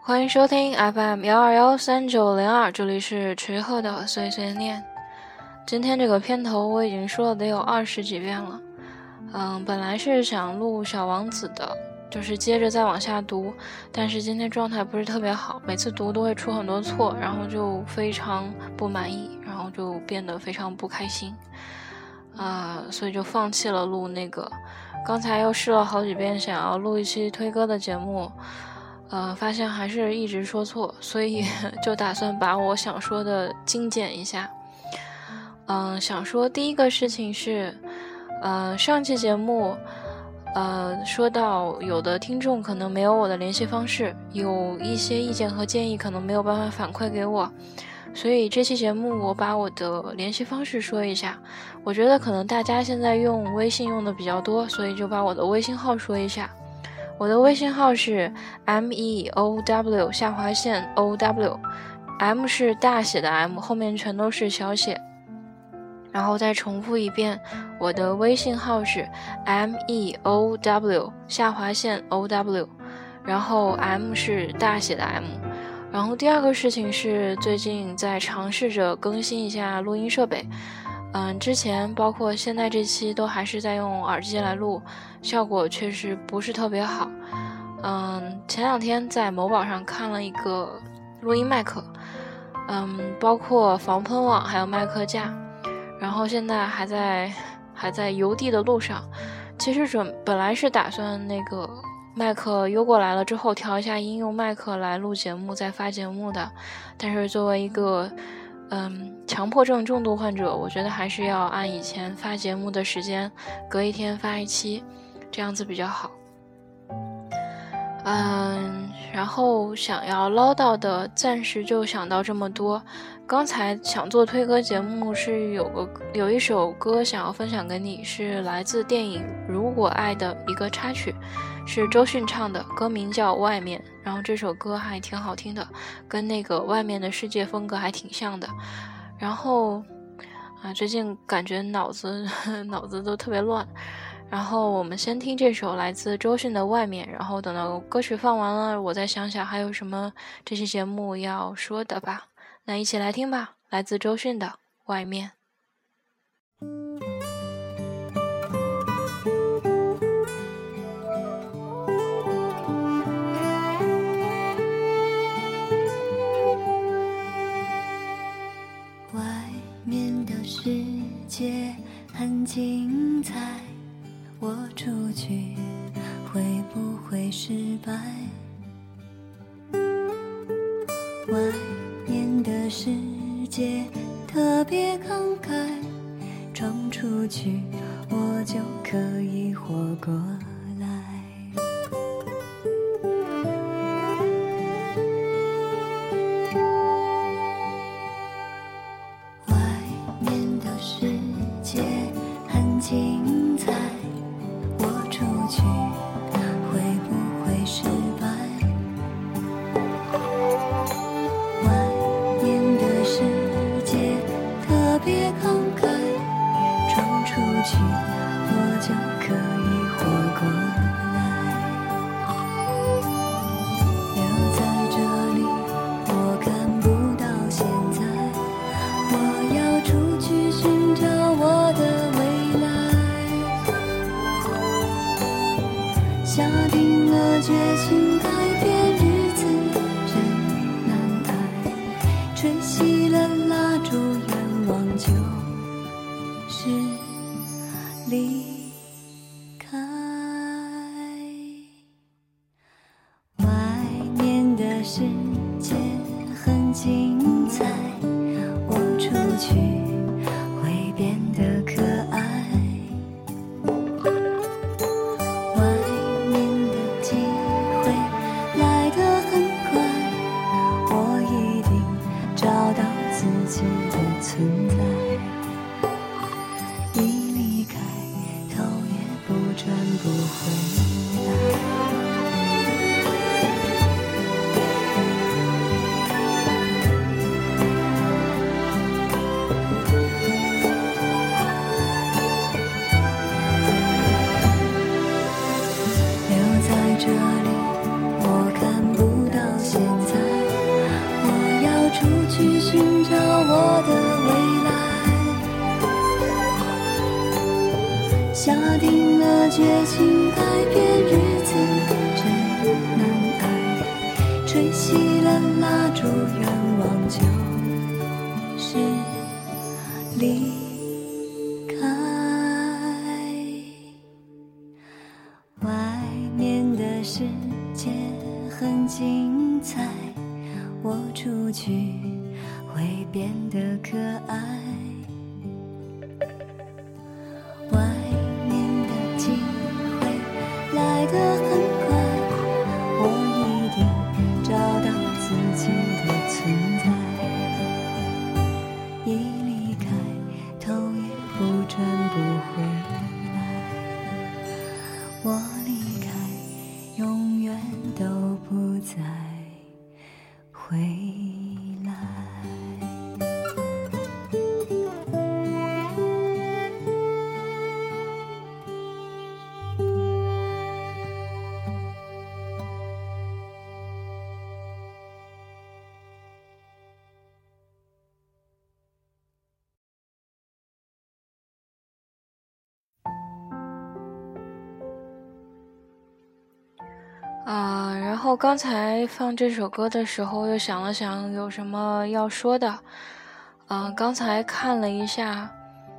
欢迎收听 FM1213902，这里是锤鹤的碎碎念。今天这个片头我已经说了得有20几遍了。本来是想录小王子的，就是接着再往下读，但是今天状态不是特别好，每次读都会出很多错，然后就非常不满意，然后就变得非常不开心，所以就放弃了录那个。刚才又试了好几遍想要录一期推歌的节目，发现还是一直说错，所以就打算把我想说的精简一下。想说第一个事情是，上期节目说到有的听众可能没有我的联系方式，有一些意见和建议可能没有办法反馈给我，所以这期节目我把我的联系方式说一下。我觉得可能大家现在用微信用的比较多，所以就把我的微信号说一下。我的微信号是 MEOW_OW， M 是大写的 M， 后面全都是小写。然后再重复一遍，我的微信号是 MEOW_OW， 然后 M 是大写的 M。 然后第二个事情是最近在尝试着更新一下录音设备，之前包括现在这期都还是在用耳机来录，效果确实不是特别好。前两天在某宝上看了一个录音麦克，包括防喷网还有麦克架，然后现在还在邮递的路上。其实本来是打算那个麦克邮过来了之后调一下音，用麦克来录节目再发节目的，但是作为一个强迫症重度患者，我觉得还是要按以前发节目的时间，隔一天发一期，这样子比较好。然后想要唠叨的暂时就想到这么多。刚才想做推歌节目是有一首歌想要分享给你，是来自电影《如果爱》的一个插曲，是周迅唱的，歌名叫《外面》，然后这首歌还挺好听的，跟那个外面的世界风格还挺像的。然后最近感觉脑子都特别乱，然后我们先听这首来自周迅的《外面》，然后等到歌曲放完了，我再想想还有什么这期节目要说的吧。那一起来听吧，来自周迅的《外面》。 外面的世界很精彩，我出去会不会失败？外面的世界特别慷慨，闯出去我就可以活过来。外面的世界很精彩，我出去会不会失败？外面的世界特别慷慨，闯出去我就可以活过来。留在这里我看不到现在，我要出去寻找我的未来。下定了决心改变日子真难挨，吹熄了蜡烛愿望就是离开。外面的世界很精彩，我出去会变得可爱。外面的机会来得很快，我一定找到自己的存在。一离开，头也不转不回来。留在这里，我看不到现在。 下定了决心改变，日子真难挨，吹熄了蜡烛，愿望就是离开。外面的世界很精彩，我出去会变得可爱。外面的机会来得很快，我一定找到自己的存在。一离开，头也不转不回来。我离开，永远都不再回来。 然后刚才放这首歌的时候，又想了想有什么要说的。刚才看了一下，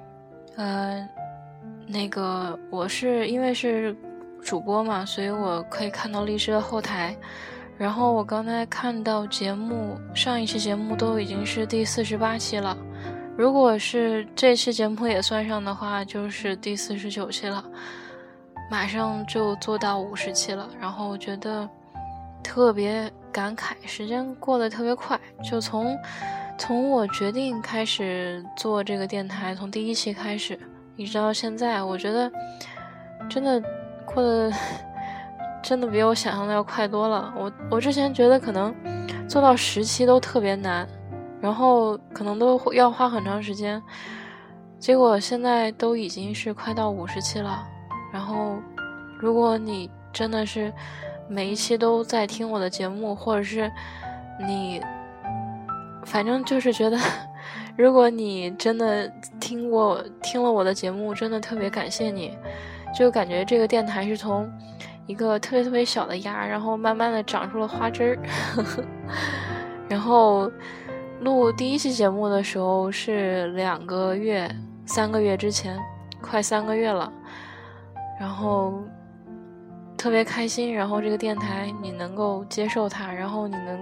那个我是因为是主播嘛，所以我可以看到荔枝的后台。然后我刚才看到上一期节目都已经是第48期了，如果是这期节目也算上的话，就是第49期了。马上就做到50期了，然后我觉得特别感慨，时间过得特别快。就从我决定开始做这个电台，从第1期开始一直到现在，我觉得真的过得真的比我想象的要快多了。我之前觉得可能做到10期都特别难，然后可能都要花很长时间，结果现在都已经是快到50期了。然后如果你真的是每一期都在听我的节目，或者是你反正就是觉得如果你真的听了我的节目，真的特别感谢你。就感觉这个电台是从一个特别特别小的芽，然后慢慢的长出了花枝儿然后录第1期节目的时候是3个月之前，快3个月了，然后特别开心。然后这个电台你能够接受它，然后你能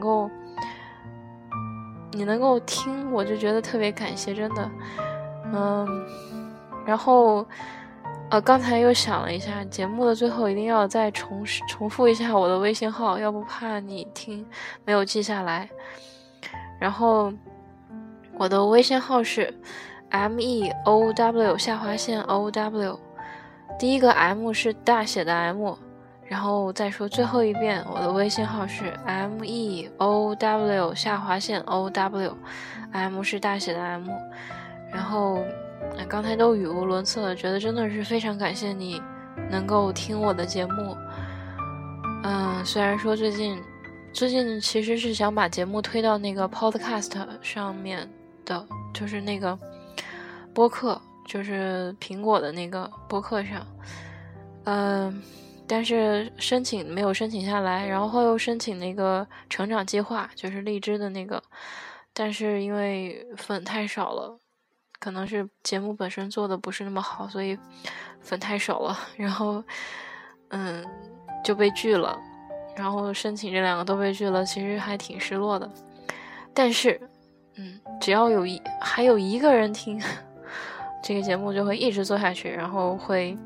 够听，我就觉得特别感谢，真的。然后刚才又想了一下，节目的最后一定要再重复一下我的微信号，要不怕你听没有记下来。然后我的微信号是 MEOW_OW，第一个 M 是大写的 M， 然后再说最后一遍，我的微信号是 MEOW_OW， M 是大写的 M。 然后刚才都语无伦次，觉得真的是非常感谢你能够听我的节目。虽然说最近其实是想把节目推到那个 podcast 上面的，就是那个播客，就是苹果的那个播客上，但是没有申请下来，然后又申请那个成长计划，就是荔枝的那个，但是因为粉太少了，可能是节目本身做的不是那么好，所以粉太少了，然后就被拒了，然后申请这2个都被拒了，其实还挺失落的。但是只要还有1个人听这个节目就会一直做下去，然后会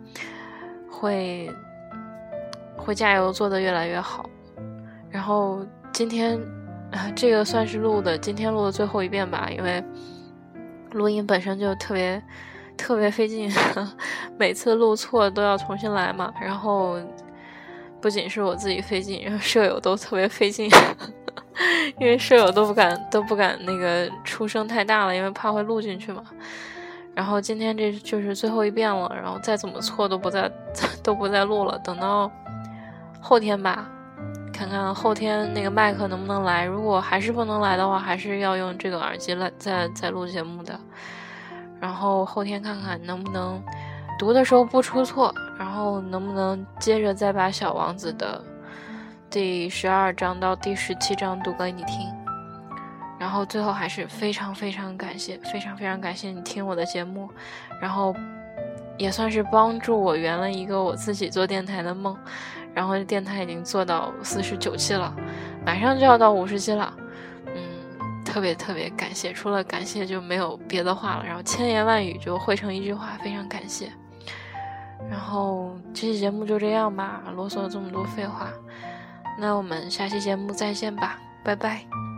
加油做得越来越好。然后今天这个算是今天录的最后一遍吧，因为录音本身就特别特别费劲每次录错都要重新来嘛，然后不仅是我自己费劲，然后舍友都特别费劲因为舍友都不敢那个出声太大了，因为怕会录进去嘛。然后今天这就是最后一遍了，然后再怎么错都不再录了，等到后天吧，看看后天那个麦克能不能来，如果还是不能来的话，还是要用这个耳机来再录节目的。然后后天看看能不能读的时候不出错，然后能不能接着再把小王子的第12章到第17章读给你听。然后最后还是非常非常感谢，非常非常感谢你听我的节目，然后也算是帮助我圆了一个我自己做电台的梦。然后电台已经做到49期了，马上就要到50期了。特别特别感谢，除了感谢就没有别的话了，然后千言万语就汇成一句话，非常感谢。然后这期节目就这样吧，啰嗦了这么多废话，那我们下期节目再见吧，拜拜。